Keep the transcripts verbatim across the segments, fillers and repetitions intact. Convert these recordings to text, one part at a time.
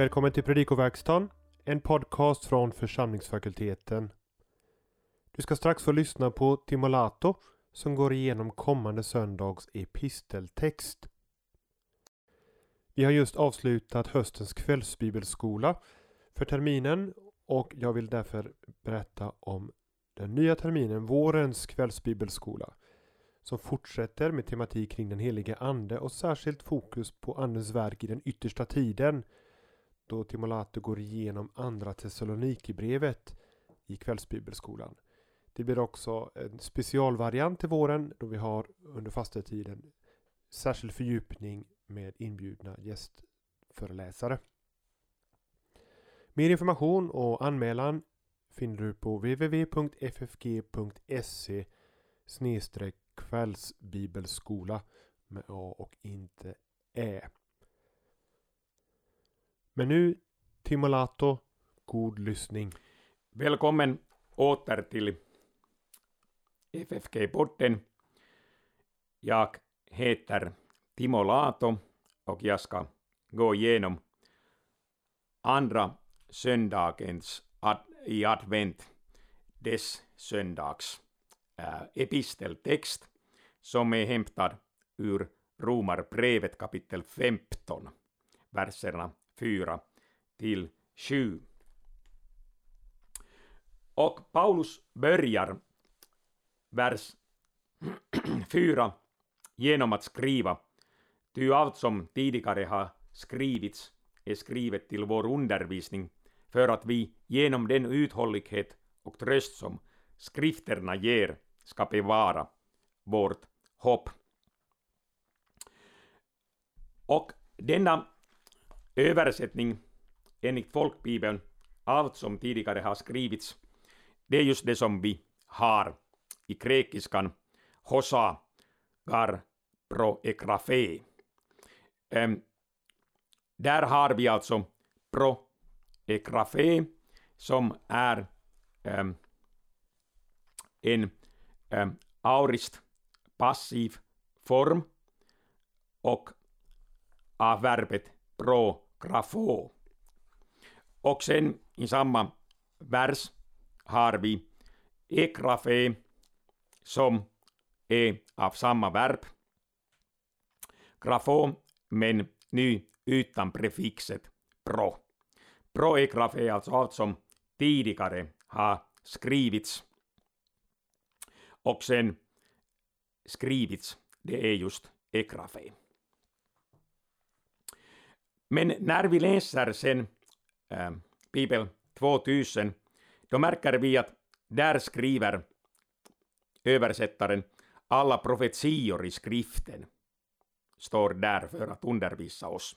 Välkommen till Predikoverkstan, en podcast från församlingsfakulteten. Du ska strax få lyssna på Timolato som går igenom kommande söndags episteltext. Vi har just avslutat höstens kvällsbibelskola för terminen och jag vill därför berätta om den nya terminen, vårens kvällsbibelskola, som fortsätter med tematik kring den helige ande och särskilt fokus på andens verk i den yttersta tiden, då Timolato går igenom andra Thessalonikerbrevet i kvällsbibelskolan. Det blir också en specialvariant till våren då vi har under fastetiden särskild fördjupning med inbjudna gästföreläsare. Mer information och anmälan finner du på w w w punkt f f g punkt s e slash kvällsbibelskola med A och inte Ä. Men nu Timolato, god lyssning. Välkommen åter till F F G-podden. Jag heter Timolato och jag ska gå igenom andra söndagens ad- i advent, dess söndags äh, episteltext som är hämtad ur Romarbrevet kapitel femton, verserna fyra till sju. Och Paulus börjar vers fyra genom att skriva: Ty allt som tidigare har skrivits är skrivet till vår undervisning, för att vi genom den uthållighet och tröst som skrifterna ger ska bevara vårt hopp. Och denna översättning enligt folkbibeln, allt som tidigare har skrivits, det är just det som vi har i grekiskan hosa gar pro ekrafé. Um, där har vi alltså pro ekrafé som är um, en um, aorist passiv form och av verbet pro grafo. Och sen i samma vers har vi ekrafé som är av samma verb. Grafo, men nu utan prefixet pro. Pro ekrafé, alltså allt som tidigare har skrivits. Och sen skrivits, det är just ekrafé. Men när vi läser sen äh, Bibel tvåtusen, då märker vi att där skriver översättaren alla profetior i skriften står där för att undervisa oss.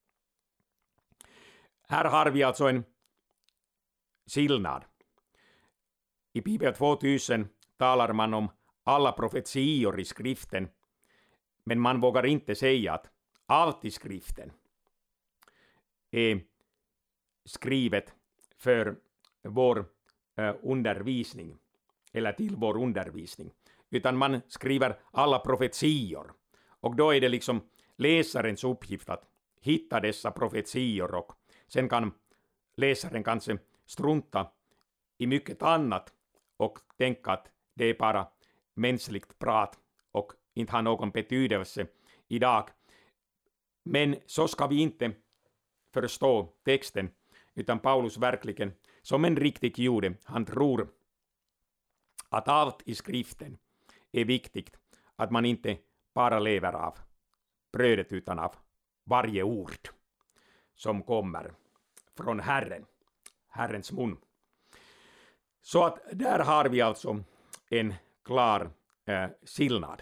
Här har vi alltså en skillnad. I Bibel tvåtusen talar man om alla profetior i skriften, men man vågar inte säga att allt i skriften är skrivet för vår eh, undervisning eller till vår undervisning, utan man skriver alla profetior, och då är det liksom läsarens uppgift att hitta dessa profetior, och sen kan läsaren kanske strunta i mycket annat och tänka att det är bara mänskligt prat och inte har någon betydelse idag. Men så ska vi inte förstå texten, utan Paulus verkligen som en riktig jude, han tror att allt i skriften är viktigt, att man inte bara lever av brödet utan av varje ord som kommer från Herren, Herrens mun. Så att där har vi alltså en klar eh, skillnad.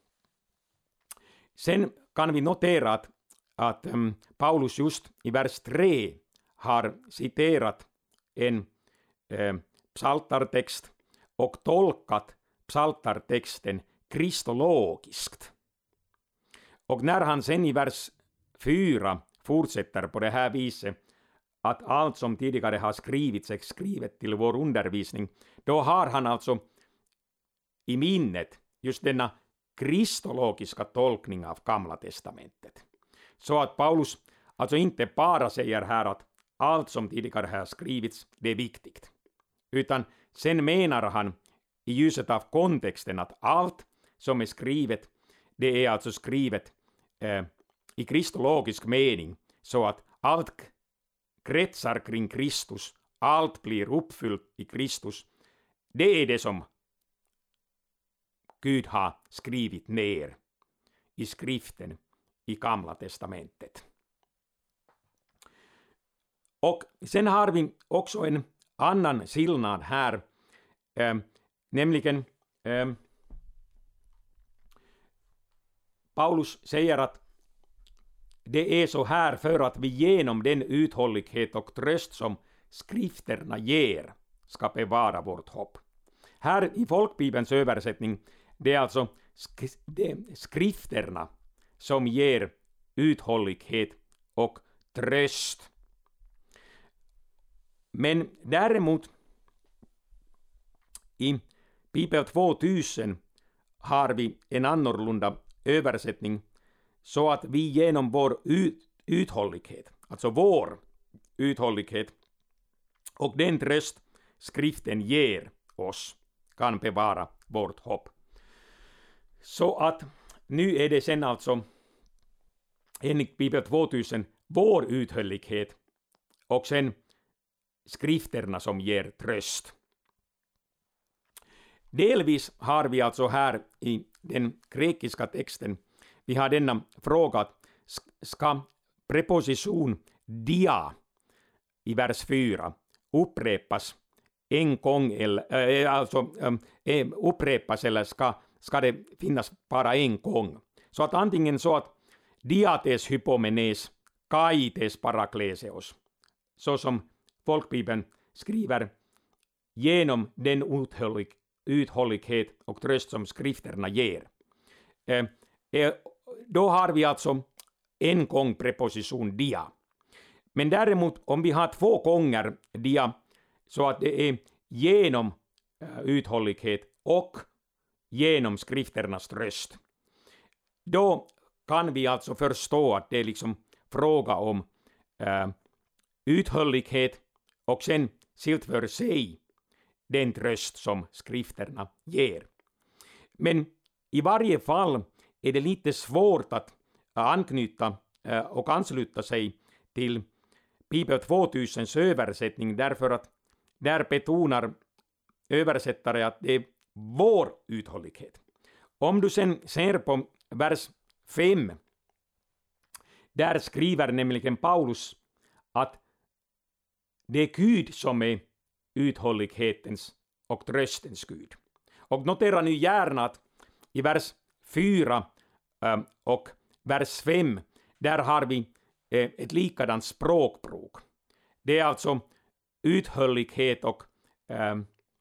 Sen kan vi notera att, att um, Paulus just i vers tre har citerat en eh, psaltartext och tolkat psaltartexten kristologiskt. Och när han sen i vers fyra fortsätter på det här viset, att allt som tidigare har skrivits är skrivet till vår undervisning, då har han alltså i minnet just denna kristologiska tolkning av Gamla testamentet. Så att Paulus alltså inte bara säger här att allt som tidigare har skrivits, det är viktigt. Utan sen menar han i ljuset av kontexten att allt som är skrivet, det är alltså skrivet eh, i kristologisk mening, så att allt kretsar kring Kristus, allt blir uppfyllt i Kristus. Det är det som Gud har skrivit ner i skriften i Gamla testamentet. Och sen har vi också en annan skillnad här, eh, nämligen eh, Paulus säger att det är så här för att vi genom den uthållighet och tröst som skrifterna ger ska bevara vårt hopp. Här i folkbibelns översättning, det är alltså sk- det är skrifterna som ger uthållighet och tröst. Men däremot i Bibel tvåtusen har vi en annorlunda översättning, så att vi genom vår ut, uthållighet, alltså vår uthållighet och den tröst skriften ger oss, kan bevara vårt hopp. Så att nu är det sen alltså enligt Bibel tvåtusen vår uthållighet och sen skrifterna som ger tröst. Delvis har vi alltså här i den grekiska texten, vi har denna fråga att ska preposition dia i vers fyra upprepas en gång eller äh, alltså äh, upprepas eller ska, ska det finnas bara en gång. Så att antingen så att diates hypomenes kaites parakleseos, så som folkbibeln skriver, genom den uthållig, uthållighet och tröst som skrifterna ger. Eh, eh, då har vi alltså en gång preposition dia. Men däremot om vi har två gånger dia, så att det är genom eh, uthållighet och genom skrifternas tröst, då kan vi alltså förstå att det är liksom fråga om eh, uthållighet och sen skilt för sig den tröst som skrifterna ger. Men i varje fall är det lite svårt att anknyta och ansluta sig till Bibel tvåtusens översättning, därför att där betonar översättare att det är vår uthållighet. Om du sen ser på vers fem, där skriver nämligen Paulus att det är Gud som är uthållighetens och tröstens Gud. Och notera nu gärna att i vers fyra och vers fem, där har vi ett likadant språkbruk. Det är alltså uthållighet och äh,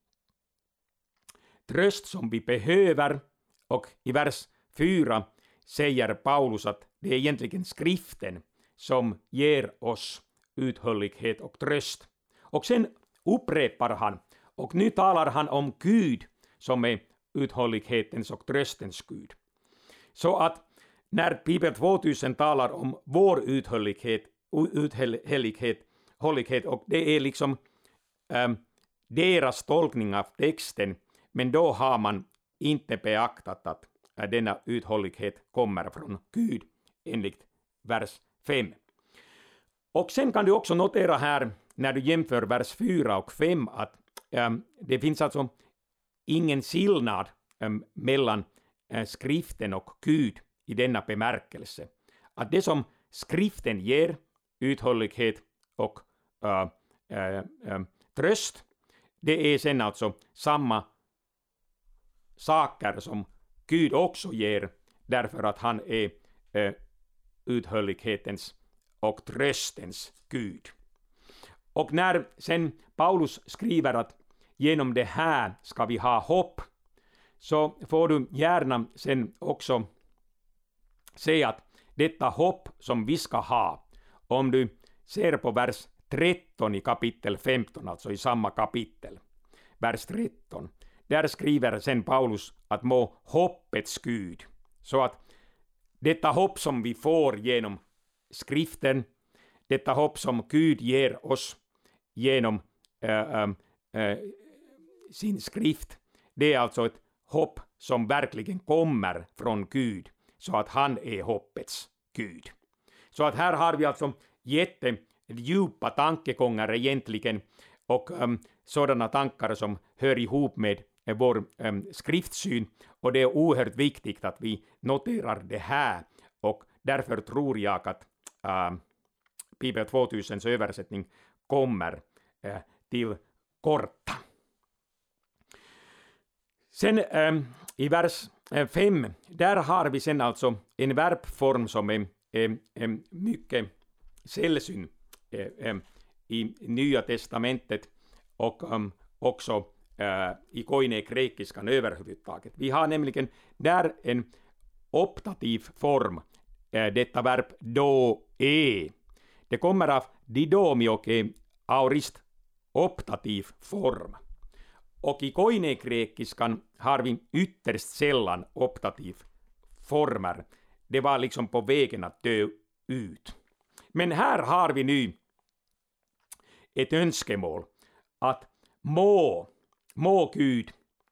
tröst som vi behöver, och i vers fyra säger Paulus att det är egentligen skriften som ger oss uthållighet och tröst. Och sen upprepar han, och nu talar han om Gud som är uthållighetens och tröstens Gud. Så att när Bibel tvåtusen talar om vår uthållighet, uthållighet hållighet, och det är liksom ähm, deras tolkning av texten, men då har man inte beaktat att äh, denna uthållighet kommer från Gud enligt vers fem. Och sen kan du också notera här, när du jämför vers fyra och fem, att ähm, det finns alltså ingen skillnad ähm, mellan äh, skriften och Gud i denna bemärkelse. Att det som skriften ger, uthållighet och äh, äh, äh, tröst, det är sen alltså samma saker som Gud också ger, därför att han är äh, uthållighetens och tröstens Gud. Och när sen Paulus skriver att genom det här ska vi ha hopp, så får du gärna sen också säga att detta hopp som vi ska ha, om du ser på vers tretton i kapitel femton, alltså i samma kapitel, vers tretton, där skriver sen Paulus att må hoppets Gud, så att detta hopp som vi får genom skriften detta hopp som Gud ger oss genom äh, äh, sin skrift, det är alltså ett hopp som verkligen kommer från Gud, så att han är hoppets Gud. Så att här har vi alltså jättedjupa tankegångar egentligen, och um, sådana tankar som hör ihop med eh, vår um, skriftsyn, och det är oerhört viktigt att vi noterar det här, och därför tror jag att uh, Bibel tvåtusens översättning kommer uh, till korta. Sen um, i vers fem, där har vi sen alltså en verbform som är, är, är mycket sällsynt är, är, i Nya testamentet, och um, också uh, i koine-grekiskan överhuvudtaget. Vi har nämligen där en optativ form, uh, detta verb do e. Det kommer av didomi och är aorist optativ form. Och i koine-grekiskan har vi ytterst sällan optativ former. Det var liksom på vägen att dö ut. Men här har vi nu ett önskemål att må, må Gud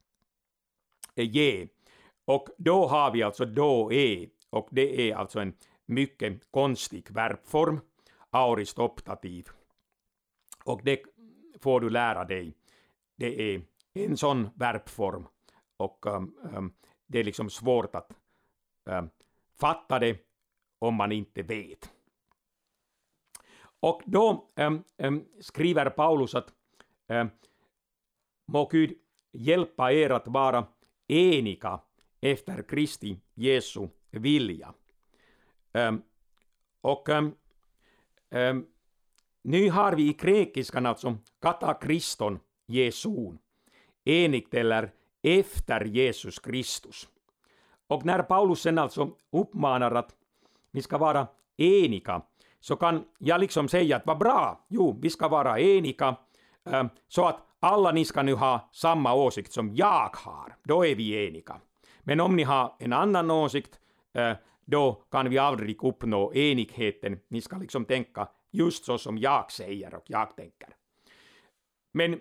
ge. Och då har vi alltså då är, och det är alltså en mycket konstig verbform, aorist optativ. Och det får du lära dig. Det är en sån verbform, och um, um, det är liksom svårt att um, fatta det om man inte vet. Och då um, um, skriver Paulus att um, må Gud hjälpa er att vara eniga efter Kristi Jesu vilja. Um, och um, um, nu har vi i grekiskan alltså katakriston Jesun, enigt eller efter Jesus Kristus. Och när Paulus sen alltså uppmanar att vi ska vara eniga, så kan jag liksom säga att vad bra, jo, vi ska vara eniga, äh, så att alla ni ska nu ha samma åsikt som jag har, då är vi eniga. Men om ni har en annan åsikt, äh, då kan vi aldrig uppnå enigheten. Ni ska liksom tänka just så som jag säger och jag tänker. Men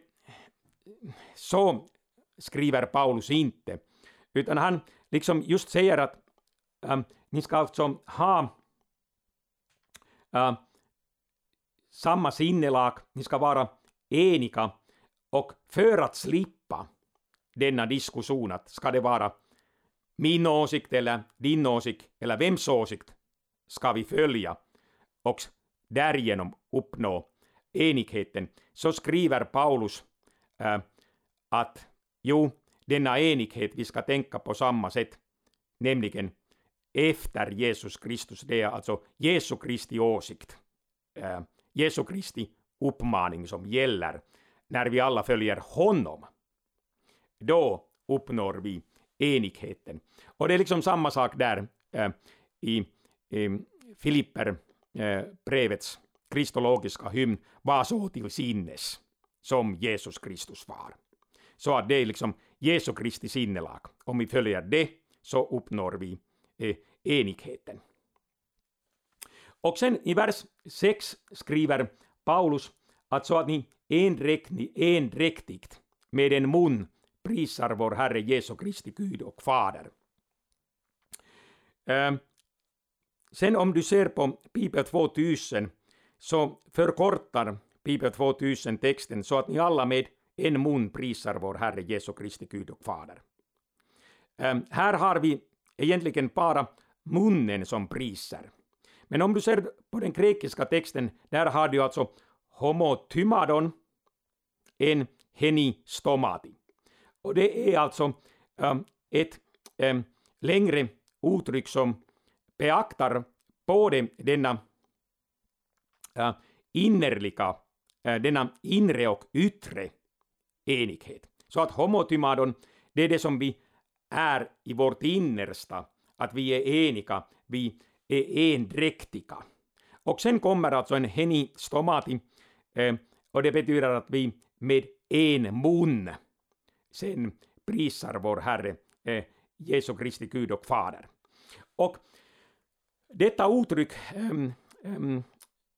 så skriver Paulus inte, utan han liksom just säger att ähm, ni ska alltså ha äh, samma sinnelag, ni ska vara eniga, och för att slippa denna diskussion att ska det vara min åsikt eller din åsikt eller vems åsikt ska vi följa och därigenom uppnå enigheten, så skriver Paulus äh, att jo, denna enighet vi ska tänka på samma sätt, nämligen efter Jesus Kristus. Det är alltså Jesu Kristi åsikt, äh, Jesu Kristi uppmaning som gäller när vi alla följer honom. Då uppnår vi enigheten. Och det är liksom samma sak där äh, i, i Filipper äh, brevets kristologiska hymn, var så till sinnes som Jesus Kristus var. Så att det är liksom Jesu Kristi sinnelag. Om vi följer det så uppnår vi eh, enigheten. Och sen i vers sex skriver Paulus att så att ni endräktigt med en mun prisar vår Herre Jesu Kristi Gud och Fader. Eh, sen om du ser på Bibel tvåtusen, så förkortar Bibel tvåtusen texten så att ni alla med en mun prisar vår Herre Jesu Kristi Gud och Fader. Um, här har vi egentligen bara munnen som prisar. Men om du ser på den grekiska texten, där har du alltså homotymadon en heni stomati. Och det är alltså um, ett um, längre uttryck som beaktar både denna uh, innerliga, uh, denna inre och yttre enighet. Så att homotymadon, det är det som vi är i vårt innersta, att vi är eniga, vi är endräktiga. Och sen kommer alltså en heni stomati, eh, och det betyder att vi med en mun sen prisar vår Herre eh, Jesu Kristi Gud och Fader. Och detta uttryck, eh, eh,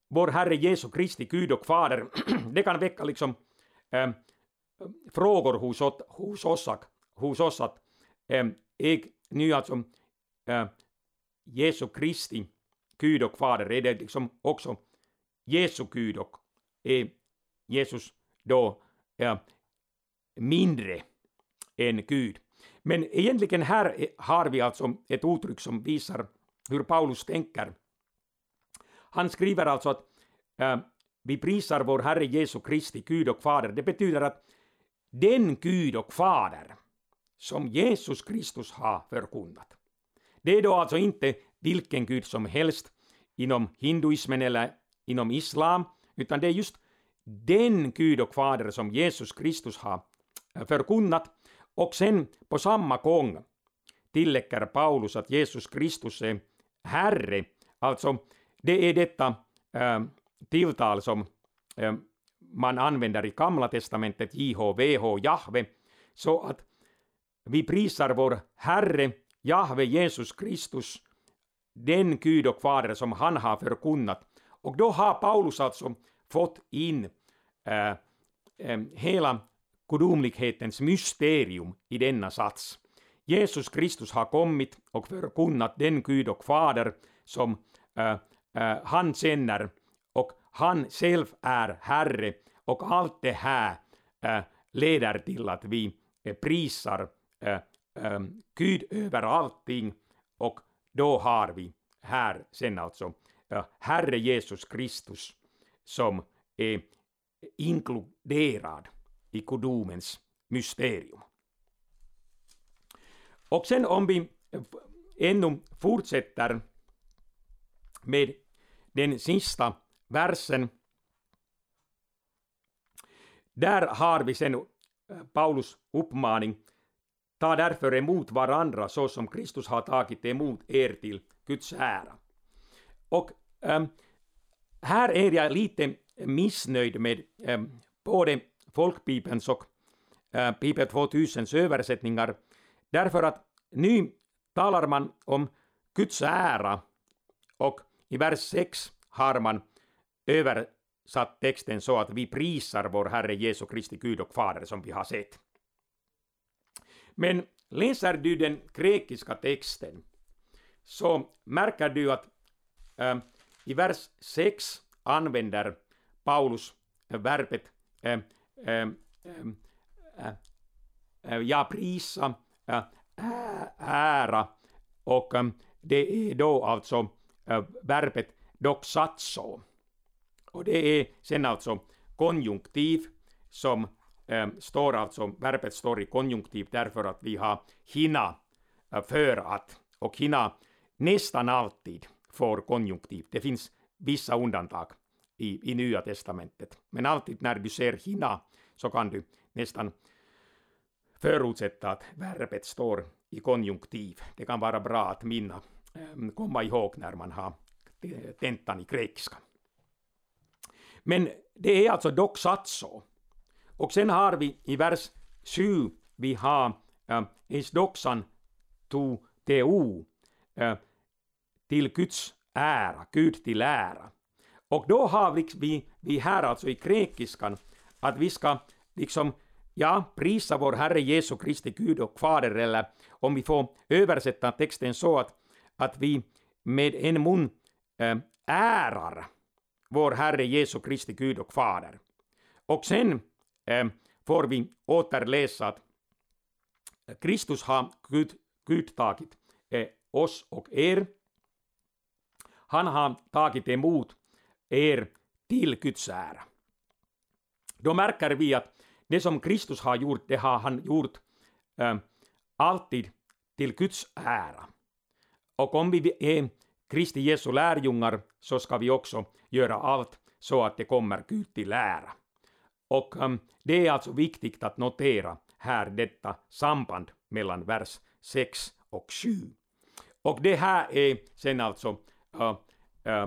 vår Herre Jesu Kristi Gud och Fader, det kan väcka liksom äh, frågor hos, hos, oss, hos oss att äh, är nu alltså äh, Jesu Kristi Gud och Fader, är det liksom också Jesu Gud och är Jesus då äh, mindre än Gud? Men egentligen här har vi alltså ett uttryck som visar hur Paulus tänker. Han skriver alltså att äh, vi prisar vår Herre Jesu Kristi Gud och Fader. Det betyder att den Gud och Fader som Jesus Kristus har förkunnat. Det är då alltså inte vilken Gud som helst inom hinduismen eller inom islam, utan det är just den Gud och Fader som Jesus Kristus har förkunnat. Och sen på samma gång tillägger Paulus att Jesus Kristus är Herre. Alltså det är detta äh, tilltal som äh, man använder i Gamla testamentet, J H V H, Jahve, så att vi prisar vår Herre, Jahve, Jesus Kristus, den Gud och Fader som han har förkunnat. Och då har Paulus alltså fått in äh, äh, hela gudomlighetens mysterium i denna sats. Jesus Kristus har kommit och förkunnat den Gud och Fader som äh, äh, han känner, och han själv är Herre, och allt det här äh, leder till att vi äh, prisar äh, äh, Gud över allting, och då har vi här sen alltså äh, Herre Jesus Kristus som är inkluderad i gudomens mysterium. Och sen om vi ännu fortsätter med den sista versen, där har vi sen Paulus uppmaning: ta därför emot varandra så som Kristus har tagit emot er till Guds ära. Och ähm, här är jag lite missnöjd med ähm, både folkbibelns och äh, Bibel tvåtusens översättningar, därför att nu talar man om Guds ära, och i vers sex har man översatt texten så att vi prisar vår Herre Jesu Kristi Gud och Fader, som vi har sett. Men läser du den grekiska texten så märker du att äh, i vers sex använder Paulus äh, verbet äh, äh, äh, äh, ja, prisa, äh, ära, och äh, det är då alltså äh, verbet doxatso. Och det är sen alltså konjunktiv som äh, står alltså, verbet står i konjunktiv därför att vi har hina äh, för att, och hina nästan alltid får konjunktiv. Det finns vissa undantag i, i Nya testamentet, men alltid när du ser hina så kan du nästan förutsätta att verbet står i konjunktiv. Det kan vara bra att minna, äh, komma ihåg när man har tentan i grekiska. Men det är alltså doxatso. Och sen har vi i vers sju, vi har äh, es doxan to teo, äh, till Guds ära, Gud till ära. Och då har vi, vi, vi här alltså i grekiskan att vi ska liksom, ja, prisa vår Herre Jesu Kristi Gud och Fader, eller om vi får översätta texten så att, att vi med en mun äh, ärar vår Herre Jesu Kristi Gud och Fader. Och sen äh, får vi återläsa att Kristus har Gud, Gud tagit äh, oss och er. Han har tagit emot er till Guds ära. Då märker vi att det som Kristus har gjort, det har han gjort äh, alltid till Guds ära. Och om vi är Kristi Jesu lärjungar så ska vi också göra allt så att det kommer Gud till ära. Och ähm, det är alltså viktigt att notera här detta samband mellan vers sex och sju. Och det här är sen alltså äh, äh,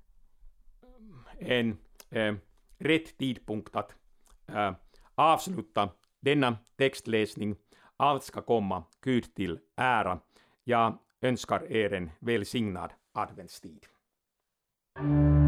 en äh, rätt tidpunkt att äh, avsluta denna textläsning. Allt ska komma Gud till ära. Jag önskar er en välsignad adventstid.